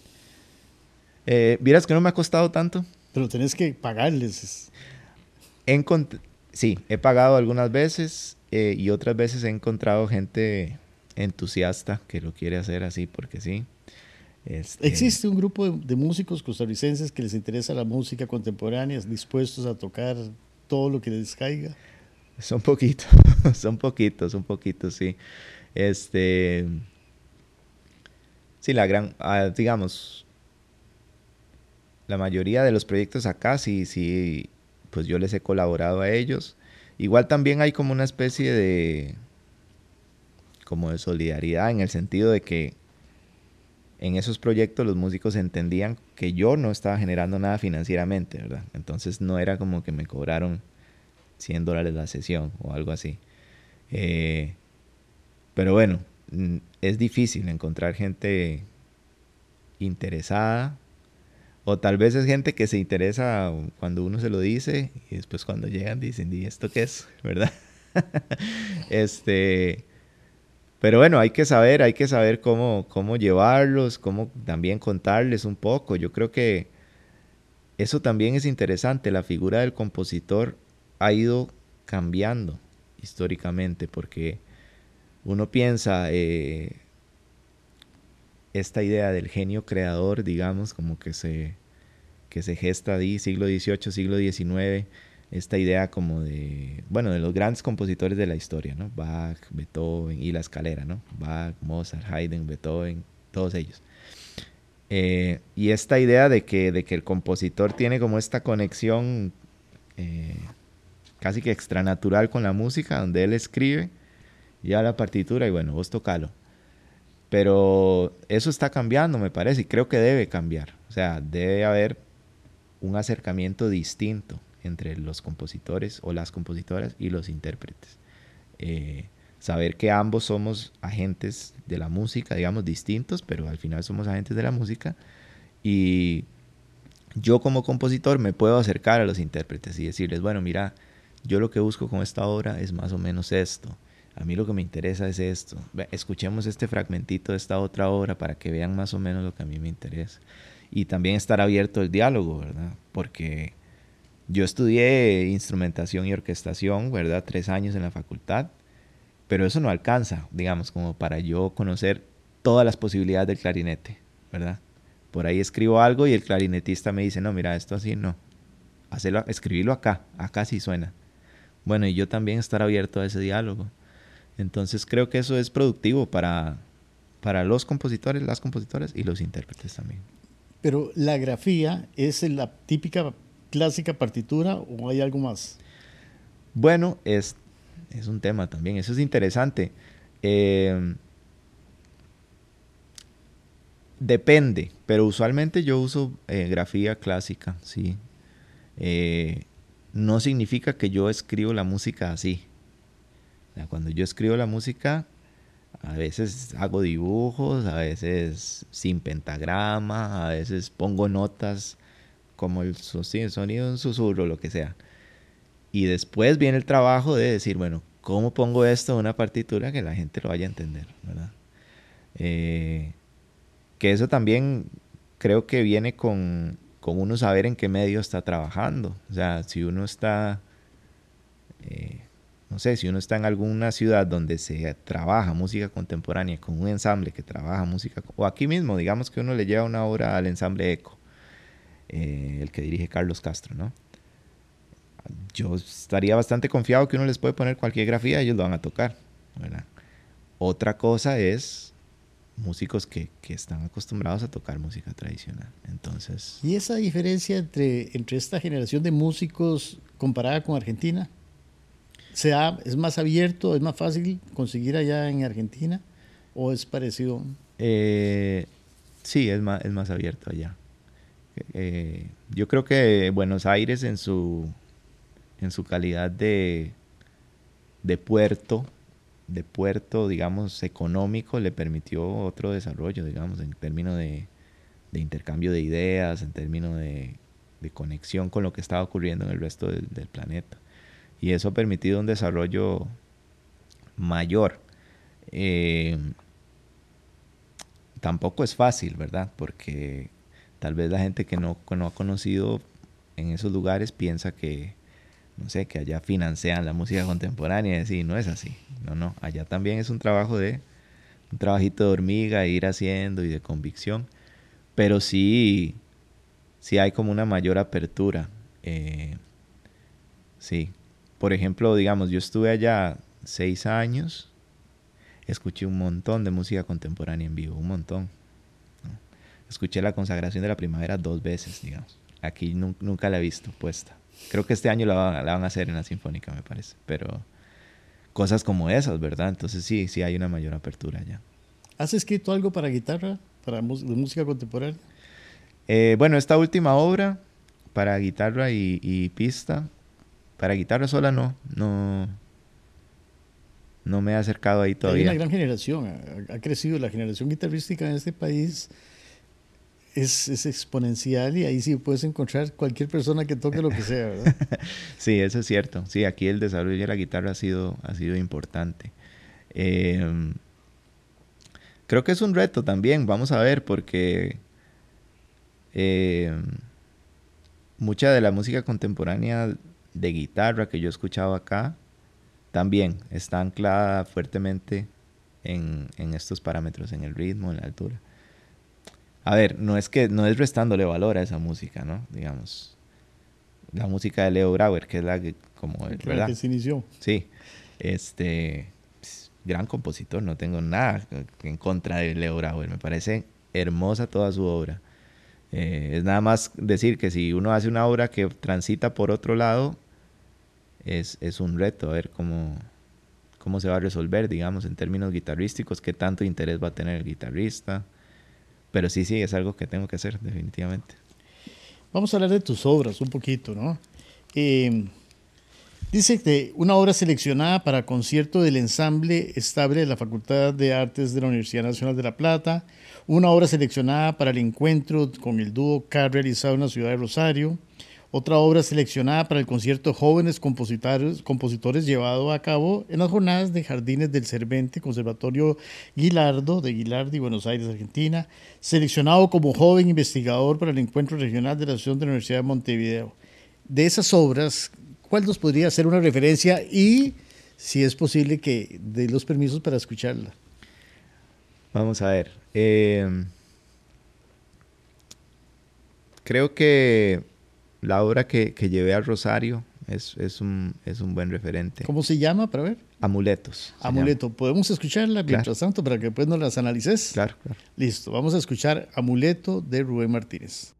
vieras que no me ha costado tanto. Pero tenés que pagarles. He sí, he pagado algunas veces y otras veces he encontrado gente entusiasta que lo quiere hacer así porque sí. ¿Existe un grupo de músicos costarricenses que les interesa la música contemporánea, dispuestos a tocar todo lo que les caiga? Son poquitos, son poquitos, sí. Este, sí, digamos, la mayoría de los proyectos acá, sí, pues yo les he colaborado a ellos. Igual también hay como una especie como de solidaridad en el sentido de que en esos proyectos los músicos entendían que yo no estaba generando nada financieramente, ¿verdad? Entonces no era como que me cobraron $100 la sesión o algo así. Eh, pero bueno, es difícil encontrar gente interesada o tal vez es gente que se interesa cuando uno se lo dice y después cuando llegan dicen, ¿y esto qué es? ¿Verdad? este, Pero bueno, hay que saber cómo llevarlos, cómo también contarles un poco. Yo creo que eso también es interesante. La figura del compositor ha ido cambiando históricamente porque uno piensa esta idea del genio creador, digamos, como que se gesta ahí siglo XVIII, siglo XIX, esta idea como de, bueno, de los grandes compositores de la historia, ¿no? Bach, Beethoven y la escalera, ¿no? Bach, Mozart, Haydn, Beethoven, todos ellos. Y esta idea de que el compositor tiene como esta conexión casi que extranatural con la música, donde él escribe ya la partitura y bueno, vos tocalo. Pero eso está cambiando, me parece, y creo que debe cambiar. O sea, debe haber un acercamiento distinto entre los compositores o las compositoras y los intérpretes. Saber que ambos somos agentes de la música, digamos, distintos, pero al final somos agentes de la música. Y yo como compositor me puedo acercar a los intérpretes y decirles, bueno, mira, yo lo que busco con esta obra es más o menos esto. A mí lo que me interesa es esto. Escuchemos este fragmentito de esta otra obra para que vean más o menos lo que a mí me interesa. Y también estar abierto al diálogo, ¿verdad? Porque yo estudié instrumentación y orquestación, ¿verdad? 3 años en la facultad, pero eso no alcanza, digamos, como para yo conocer todas las posibilidades del clarinete, ¿verdad? Por ahí escribo algo y el clarinetista me dice, no, mira, esto así no. Escribirlo acá sí suena. Bueno, y yo también estar abierto a ese diálogo. Entonces creo que eso es productivo para los compositores, las compositoras y los intérpretes también. Pero la grafía es la típica clásica partitura o hay algo más. Bueno, es un tema también, eso es interesante. Depende, pero usualmente yo uso grafía clásica, sí. No significa que yo escribo la música así. O sea, cuando yo escribo la música, a veces hago dibujos, a veces sin pentagrama, a veces pongo notas como el sonido de un susurro, lo que sea. Y después viene el trabajo de decir, bueno, ¿cómo pongo esto en una partitura que la gente lo vaya a entender, ¿verdad? Que eso también creo que viene con uno saber en qué medio está trabajando. O sea, si uno está, no sé, si uno está en alguna ciudad donde se trabaja música contemporánea con un ensamble que trabaja música, o aquí mismo, digamos que uno le lleva una obra al ensamble ECO, el que dirige Carlos Castro, ¿no? Yo estaría bastante confiado que uno les puede poner cualquier grafía y ellos lo van a tocar, ¿verdad? Otra cosa es músicos que están acostumbrados a tocar música tradicional. Entonces, ¿Y esa diferencia entre esta generación de músicos comparada con Argentina? ¿Es más abierto, es más fácil conseguir allá en Argentina o es parecido? sí, es más abierto allá. Yo creo que Buenos Aires en su calidad de puerto, digamos, económico, le permitió otro desarrollo, digamos, en términos de intercambio de ideas, en términos de conexión con lo que estaba ocurriendo en el resto del planeta. Y eso ha permitido un desarrollo mayor. Tampoco es fácil, ¿verdad? Porque tal vez la gente que no ha conocido en esos lugares piensa que, no sé, que allá financian la música contemporánea y decir, no es así. No, allá también es un trabajito de hormiga, ir haciendo y de convicción, pero sí hay como una mayor apertura. Sí, por ejemplo, digamos, yo estuve allá 6 años, escuché un montón de música contemporánea en vivo, un montón, ¿no? Escuché la consagración de la primavera 2 veces, digamos. Aquí nunca la he visto puesta. Creo que este año la van a hacer en la Sinfónica, me parece. Pero cosas como esas, ¿verdad? Entonces sí hay una mayor apertura allá. ¿Has escrito algo para guitarra, de música contemporánea? Bueno, esta última obra para guitarra y pista, para guitarra sola no me he acercado ahí todavía. Hay una gran generación, ha crecido la generación guitarrística en este país. Es exponencial y ahí sí puedes encontrar cualquier persona que toque lo que sea, ¿verdad? Sí, eso es cierto. Sí, aquí el desarrollo de la guitarra ha sido importante. creo que es un reto también, vamos a ver, porque mucha de la música contemporánea de guitarra que yo he escuchado acá también está anclada fuertemente en estos parámetros, en el ritmo, en la altura. A ver, no es restándole valor a esa música, ¿no? Digamos, la música de Leo Brauer, que es la que, como, ¿verdad? Que se inició. Sí, gran compositor, no tengo nada en contra de Leo Brauer, me parece hermosa toda su obra. Es nada más decir que si uno hace una obra que transita por otro lado, es un reto a ver cómo se va a resolver, digamos, en términos guitarrísticos, qué tanto interés va a tener el guitarrista. Pero sí, es algo que tengo que hacer, definitivamente. Vamos a hablar de tus obras un poquito, ¿no? Dice que una obra seleccionada para concierto del ensamble estable de la Facultad de Artes de la Universidad Nacional de La Plata, una obra seleccionada para el encuentro con el dúo K realizado en la ciudad de Rosario, otra obra seleccionada para el concierto Jóvenes Compositores llevado a cabo en las jornadas de Jardines del Cervente, Conservatorio Guilardo de Guilardi, Buenos Aires, Argentina, seleccionado como joven investigador para el encuentro regional de la Asociación de la Universidad de Montevideo. De esas obras, ¿cuál nos podría hacer una referencia y si es posible que dé los permisos para escucharla? Vamos a ver. Creo que la obra que llevé a Rosario es un buen referente. ¿Cómo se llama, para ver? Amuletos. Amuleto. ¿Podemos escucharla mientras Claro. tanto para que después nos las analices? Claro. Listo, vamos a escuchar Amuleto de Rubén Martínez.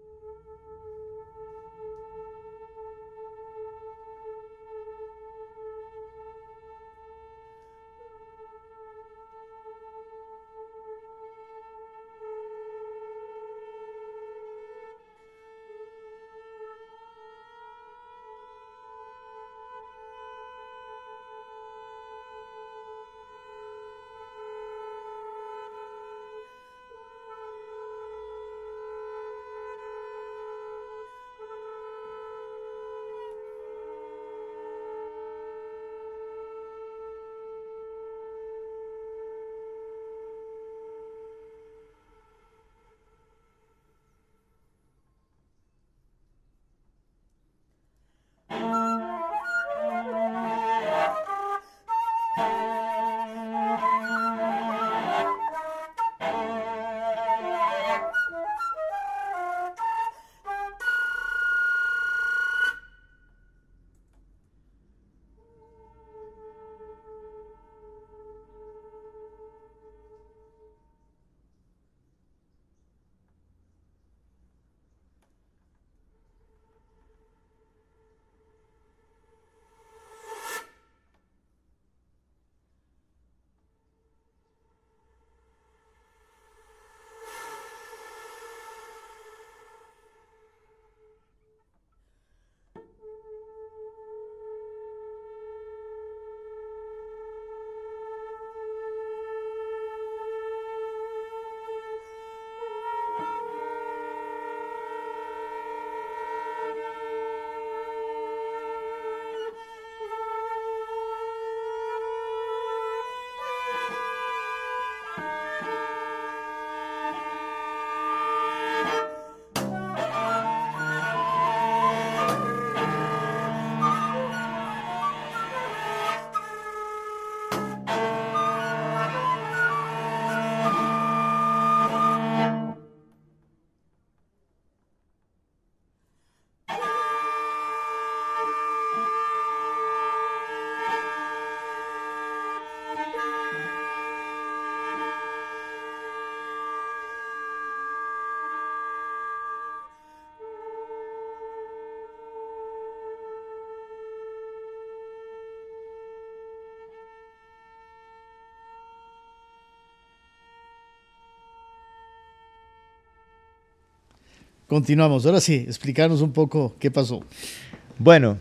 Continuamos. Ahora sí, explicarnos un poco qué pasó. Bueno,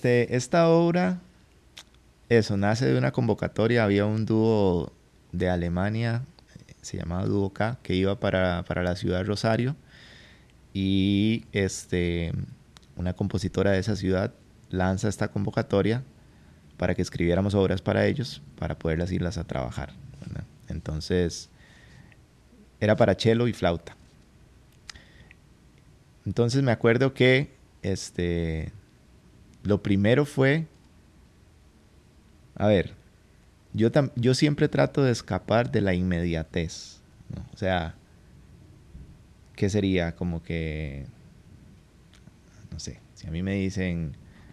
esta obra, nace de una convocatoria. Había un dúo de Alemania, se llamaba Dúo K, que iba para la ciudad de Rosario. Y una compositora de esa ciudad lanza esta convocatoria para que escribiéramos obras para ellos, para poderlas irlas a trabajar, ¿verdad? Entonces, era para cello y flauta. Entonces me acuerdo que lo primero fue, a ver, yo siempre trato de escapar de la inmediatez, ¿no? O sea, ¿qué sería? Como que, no sé, si a mí me dicen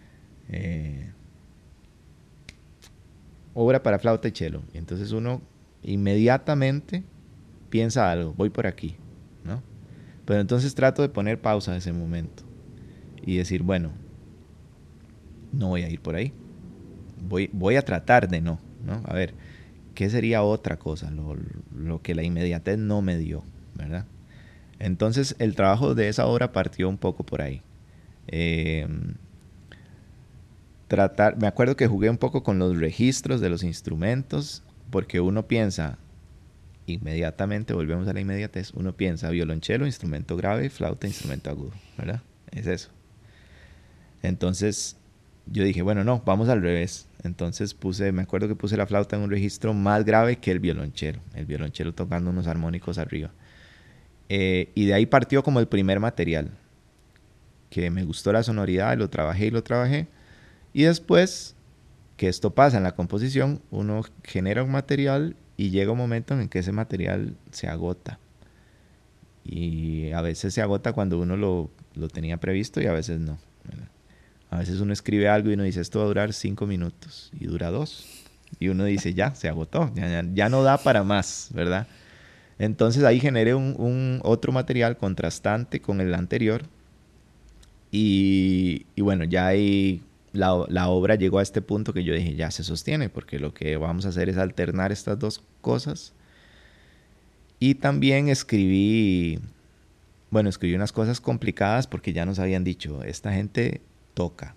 obra para flauta y cello, y entonces uno inmediatamente piensa algo, voy por aquí, ¿no? Pero entonces trato de poner pausa en ese momento y decir, bueno, no voy a ir por ahí. Voy a tratar de no. A ver, ¿qué sería otra cosa? Lo que la inmediatez no me dio, ¿verdad? Entonces el trabajo de esa obra partió un poco por ahí. Me acuerdo que jugué un poco con los registros de los instrumentos, porque uno piensa, inmediatamente, volvemos a la inmediatez, uno piensa violonchelo, instrumento grave, flauta, instrumento agudo, ¿verdad? Es eso. Entonces yo dije, bueno, no, vamos al revés. Entonces me acuerdo que puse la flauta en un registro más grave que el violonchelo tocando unos armónicos arriba. Y de ahí partió como el primer material, que me gustó la sonoridad, lo trabajé. Y después, que esto pasa en la composición, uno genera un material y llega un momento en que ese material se agota. Y a veces se agota cuando uno lo tenía previsto y a veces no, ¿verdad? A veces uno escribe algo y uno dice, esto va a durar 5 minutos y dura 2. Y uno dice, ya, se agotó, ya no da para más, ¿verdad? Entonces ahí generé un otro material contrastante con el anterior. Y bueno, ya ahí la obra llegó a este punto que yo dije, ya se sostiene, porque lo que vamos a hacer es alternar estas dos cosas. Y también escribí unas cosas complicadas porque ya nos habían dicho, esta gente toca.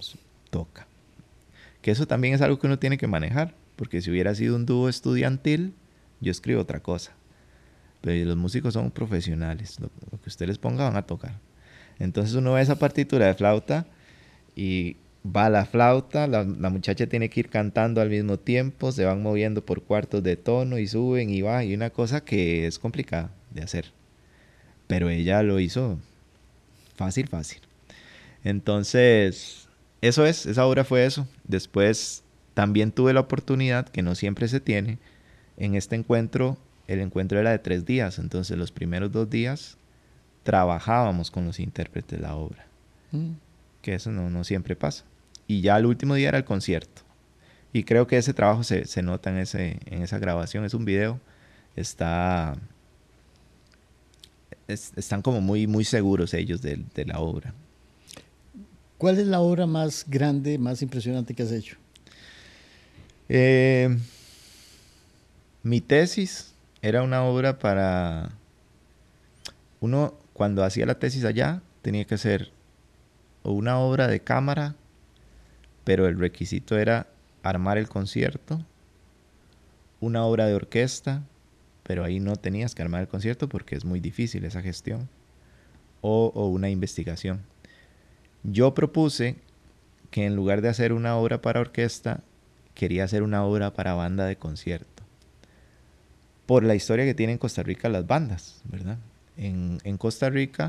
Que eso también es algo que uno tiene que manejar, porque si hubiera sido un dúo estudiantil, yo escribo otra cosa. Pero los músicos son profesionales, lo que usted les ponga van a tocar. Entonces uno ve esa partitura de flauta y va la flauta, la muchacha tiene que ir cantando al mismo tiempo, se van moviendo por cuartos de tono y suben y va, y una cosa que es complicada de hacer. Pero ella lo hizo fácil. Entonces, esa obra fue eso. Después también tuve la oportunidad, que no siempre se tiene, en este encuentro, el encuentro era de 3 días, entonces los primeros 2 días trabajábamos con los intérpretes la obra, que eso no siempre pasa. Y ya el último día era el concierto. Y creo que ese trabajo se nota en esa grabación, es un video, están como muy seguros ellos de la obra. ¿Cuál es la obra más grande, más impresionante que has hecho? Mi tesis era una obra para... Uno, cuando hacía la tesis allá, tenía que hacer una obra de cámara, pero el requisito era armar el concierto, una obra de orquesta, pero ahí no tenías que armar el concierto porque es muy difícil esa gestión, o una investigación. Yo propuse que en lugar de hacer una obra para orquesta, quería hacer una obra para banda de concierto. Por la historia que tienen en Costa Rica las bandas, ¿verdad? En Costa Rica,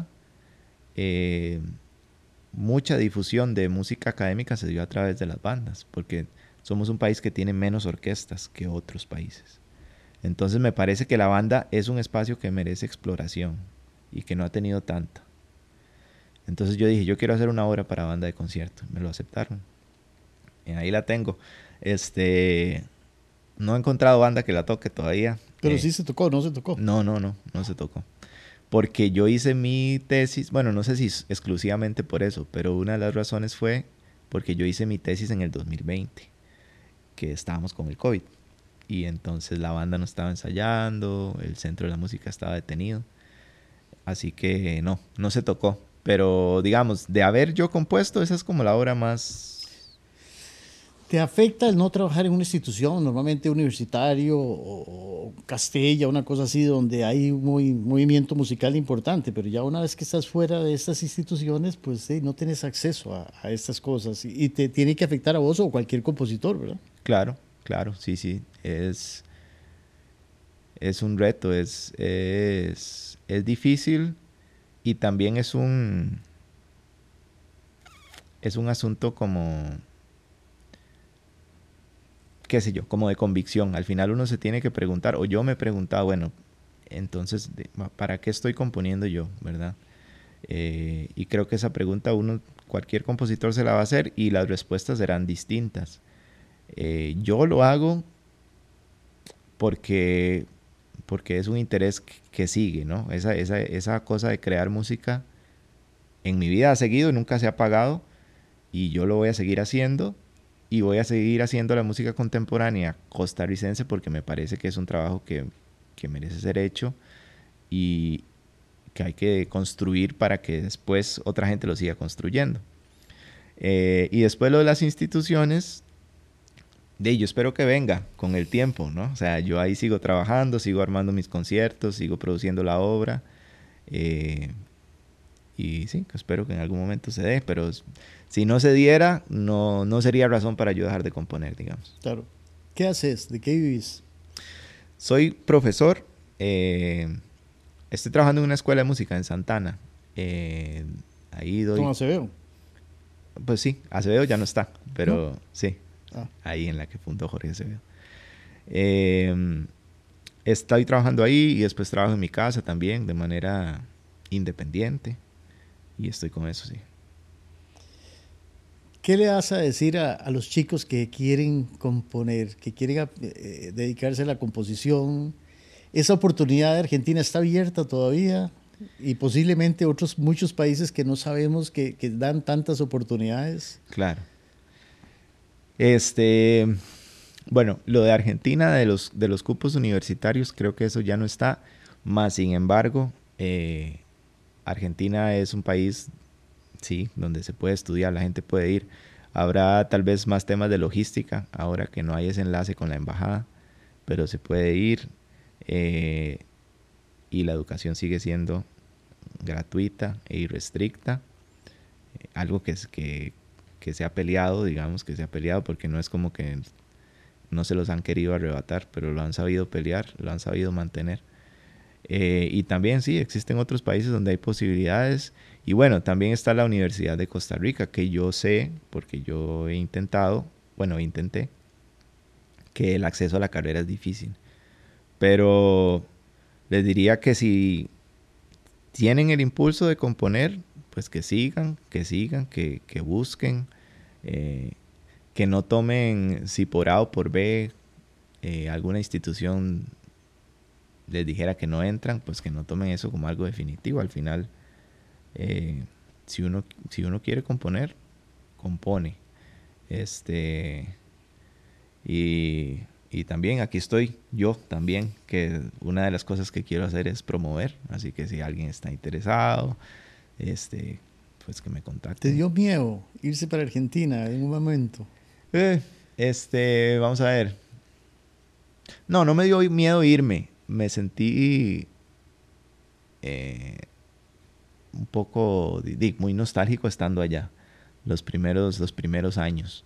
mucha difusión de música académica se dio a través de las bandas, porque somos un país que tiene menos orquestas que otros países. Entonces me parece que la banda es un espacio que merece exploración y que no ha tenido tanta. Entonces yo dije, yo quiero hacer una obra para banda de concierto. Me lo aceptaron. Y ahí la tengo. No he encontrado banda que la toque todavía. Pero sí se tocó, ¿no se tocó? No se tocó. Porque yo hice mi tesis, bueno, no sé si exclusivamente por eso, pero una de las razones fue porque yo hice mi tesis en el 2020, que estábamos con el COVID. Y entonces la banda no estaba ensayando, el centro de la música estaba detenido. Así que no se tocó. Pero digamos, de haber yo compuesto, esa es como la obra más... ¿Te afecta el no trabajar en una institución, normalmente universitario o Castella, una cosa así, donde hay un movimiento musical importante? Pero ya una vez que estás fuera de estas instituciones, pues no tienes acceso a estas cosas y te tiene que afectar a vos o cualquier compositor, ¿verdad? Claro, sí. es un reto, es difícil y también es un asunto como, qué sé yo, como de convicción. Al final uno se tiene que preguntar, o yo me he preguntado, bueno, entonces, ¿para qué estoy componiendo yo, verdad? Y creo que esa pregunta cualquier compositor se la va a hacer y las respuestas serán distintas. Yo lo hago porque, porque es un interés que sigue, ¿no? Esa cosa de crear música en mi vida ha seguido, nunca se ha apagado y yo lo voy a seguir haciendo y voy a seguir haciendo la música contemporánea costarricense porque me parece que es un trabajo que merece ser hecho y que hay que construir para que después otra gente lo siga construyendo. Y después lo de las instituciones, yo espero que venga con el tiempo, ¿no? O sea, yo ahí sigo trabajando, sigo armando mis conciertos, sigo produciendo la obra. Y sí, espero que en algún momento se dé, pero si no se diera, no sería razón para yo dejar de componer, digamos. Claro. ¿Qué haces? ¿De qué vivís? Soy profesor, estoy trabajando en una escuela de música en Santana. Ahí doy... ¿Cómo se veo? Pues sí, Acevedo ya no está, pero ¿No? sí, Ah, ahí en la que fundó Jorge Acevedo. Estoy trabajando ahí y después trabajo en mi casa también de manera independiente y estoy con eso, sí. ¿qué le vas a decir a los chicos que quieren componer, que quieren dedicarse a la composición? Esa oportunidad de Argentina está abierta todavía y posiblemente otros muchos países que no sabemos que dan tantas oportunidades. Claro. Bueno, lo de Argentina, de los cupos universitarios, creo que eso ya no está. Más sin embargo, Argentina es un país, sí, donde se puede estudiar, la gente puede ir. Habrá tal vez más temas de logística, ahora que no hay ese enlace con la embajada, pero se puede ir. Y la educación sigue siendo gratuita e irrestricta. Algo que se ha peleado, digamos, que se ha peleado porque no es como que no se los han querido arrebatar, pero lo han sabido pelear, lo han sabido mantener. Y también sí, existen otros países donde hay posibilidades. Y bueno, también está la Universidad de Costa Rica, que yo sé, porque yo he intentado, bueno, intenté, que el acceso a la carrera es difícil. Pero les diría que si tienen el impulso de componer, pues que sigan, que busquen, eh, que no tomen si por A o por B alguna institución les dijera que no entran, pues que no tomen eso como algo definitivo. Al final, si uno quiere componer, compone. Y también aquí estoy yo también, que una de las cosas que quiero hacer es promover. Así que si alguien está interesado, pues que me ¿Te contacte. dio miedo irse para Argentina en un momento? Vamos a ver. No me dio miedo irme. Me sentí un poco muy nostálgico estando allá los primeros años.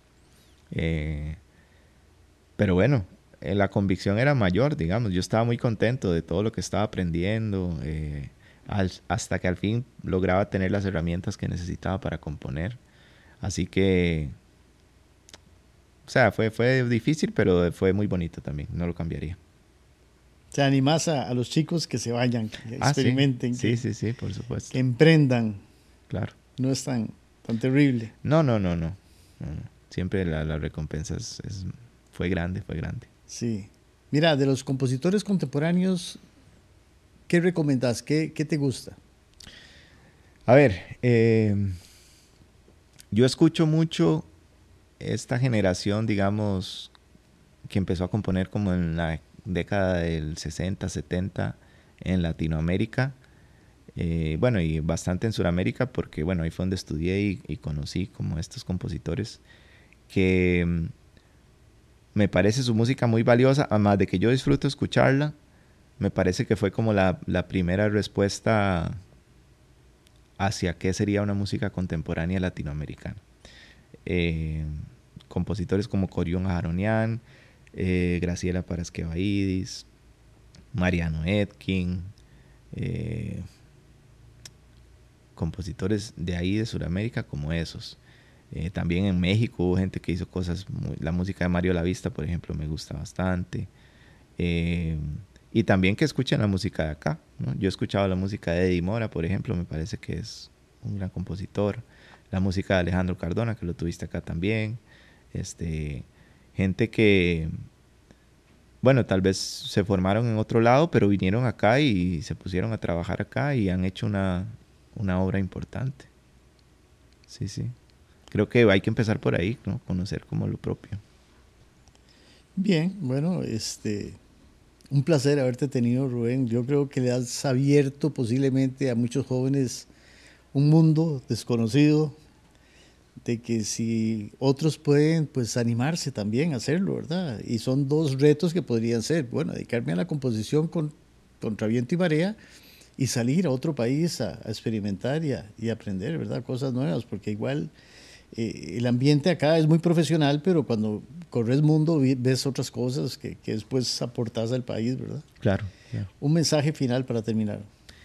Pero bueno, la convicción era mayor, digamos. Yo estaba muy contento de todo lo que estaba aprendiendo, hasta que al fin lograba tener las herramientas que necesitaba para componer. Así que, o sea, fue difícil, pero fue muy bonito también. No lo cambiaría. ¿Te animás a los chicos que se vayan, que Sí, experimenten, sí, por que supuesto. emprendan? Claro. No es tan terrible. No. Siempre la recompensa fue grande, fue grande. Sí. Mira, de los compositores contemporáneos, ¿qué recomendás? ¿Qué te gusta? A ver, yo escucho mucho esta generación, digamos, que empezó a componer como en la década del 60, 70 en Latinoamérica. Bueno, y bastante en Sudamérica, porque bueno, ahí fue donde estudié y conocí como estos compositores que me parece su música muy valiosa, además de que yo disfruto escucharla, me parece que fue como la primera respuesta hacia qué sería una música contemporánea latinoamericana. Eh, Compositores como Corión Ajaronian, Graciela Parasquevaidis, Mariano Etkin, compositores de ahí de Sudamérica como esos. También en México hubo gente que hizo cosas, la música de Mario Lavista, por ejemplo, me gusta bastante. Y también que escuchen la música de acá, ¿no? Yo he escuchado la música de Eddie Mora, por ejemplo, me parece que es un gran compositor. La música de Alejandro Cardona, que lo tuviste acá también. Gente que, bueno, tal vez se formaron en otro lado, pero vinieron acá y se pusieron a trabajar acá y han hecho una obra importante. Sí, sí. Creo que hay que empezar por ahí, ¿no? Conocer como lo propio. Bien, bueno, un placer haberte tenido, Rubén. Yo creo que le has abierto posiblemente a muchos jóvenes un mundo desconocido, de que si otros pueden, pues animarse también a hacerlo, ¿verdad? Y son dos retos que podrían ser, bueno, dedicarme a la composición contra viento y marea y salir a otro país a experimentar y aprender, ¿verdad? Cosas nuevas, porque igual el ambiente acá es muy profesional, pero cuando corres mundo ves otras cosas que después aportas al país, ¿verdad? Claro, claro. Un mensaje final para terminar.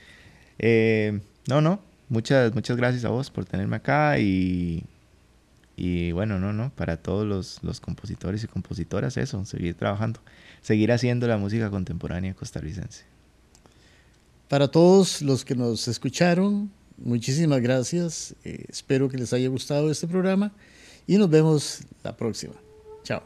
No. Muchas gracias a vos por tenerme acá y bueno, no. Para todos los compositores y compositoras, eso, seguir trabajando. Seguir haciendo la música contemporánea costarricense. Para todos los que nos escucharon, muchísimas gracias. Espero que les haya gustado este programa y nos vemos la próxima. Chao.